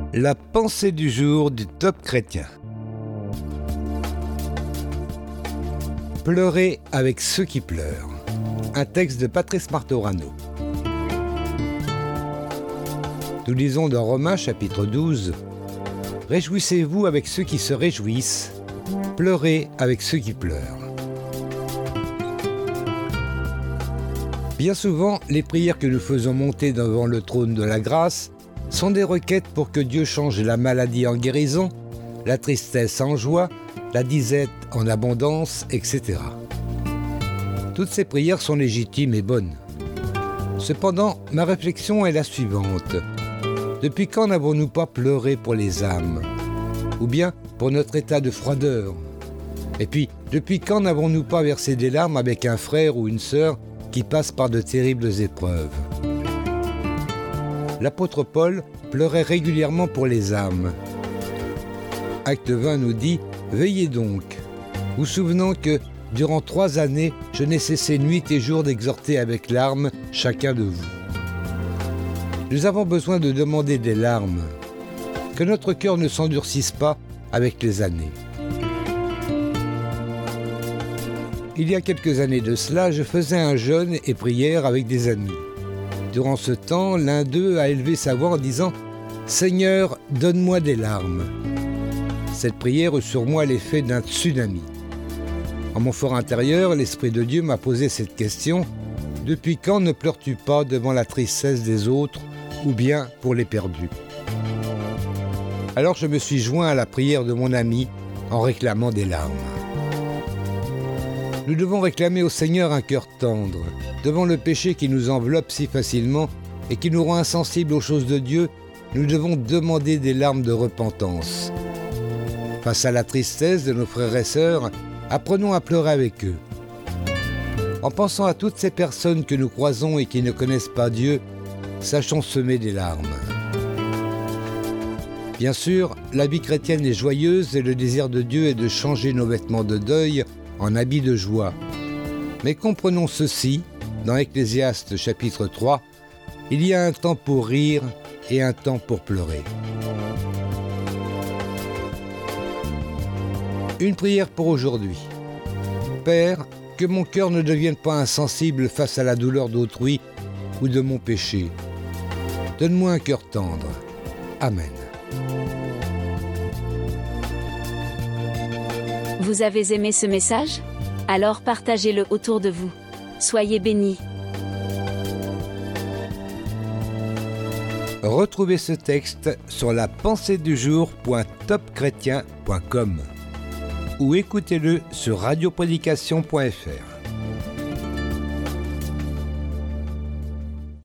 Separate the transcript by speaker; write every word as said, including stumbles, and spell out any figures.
Speaker 1: La pensée du jour du Top Chrétien. Pleurer avec ceux qui pleurent. Un texte de Patrice Martorano. Nous lisons dans Romains chapitre douze. Réjouissez-vous avec ceux qui se réjouissent, pleurez avec ceux qui pleurent. Bien souvent, les prières que nous faisons monter devant le trône de la grâce sont des requêtes pour que Dieu change la maladie en guérison, la tristesse en joie, la disette en abondance, et cetera. Toutes ces prières sont légitimes et bonnes. Cependant, ma réflexion est la suivante. Depuis quand n'avons-nous pas pleuré pour les âmes ? Ou bien pour notre état de froideur ? Et puis, depuis quand n'avons-nous pas versé des larmes avec un frère ou une sœur qui passe par de terribles épreuves ? L'apôtre Paul pleurait régulièrement pour les âmes. Acte vingt nous dit « Veillez donc, vous souvenant que, durant trois années, je n'ai cessé nuit et jour d'exhorter avec larmes chacun de vous. » Nous avons besoin de demander des larmes, que notre cœur ne s'endurcisse pas avec les années. Il y a quelques années de cela, je faisais un jeûne et prière avec des amis. Durant ce temps, l'un d'eux a élevé sa voix en disant « Seigneur, donne-moi des larmes ». Cette prière eut sur moi l'effet d'un tsunami. En mon fort intérieur, l'Esprit de Dieu m'a posé cette question « Depuis quand ne pleures-tu pas devant la tristesse des autres ou bien pour les perdus ?» Alors je me suis joint à la prière de mon ami en réclamant des larmes. Nous devons réclamer au Seigneur un cœur tendre, devant le péché qui nous enveloppe si facilement et qui nous rend insensibles aux choses de Dieu. Nous devons demander des larmes de repentance. Face à la tristesse de nos frères et sœurs, apprenons à pleurer avec eux. En pensant à toutes ces personnes que nous croisons et qui ne connaissent pas Dieu, sachons semer des larmes. Bien sûr, la vie chrétienne est joyeuse et le désir de Dieu est de changer nos vêtements de deuil en habits de joie. Mais comprenons ceci, dans Ecclésiaste chapitre trois, il y a un temps pour rire et un temps pour pleurer. Une prière pour aujourd'hui. Père, que mon cœur ne devienne pas insensible face à la douleur d'autrui ou de mon péché. Donne-moi un cœur tendre. Amen.
Speaker 2: Vous avez aimé ce message ? Alors partagez-le autour de vous. Soyez bénis.
Speaker 1: Retrouvez ce texte sur la pensée du jour point top chrétien point com ou écoutez-le sur radio prédication point f r.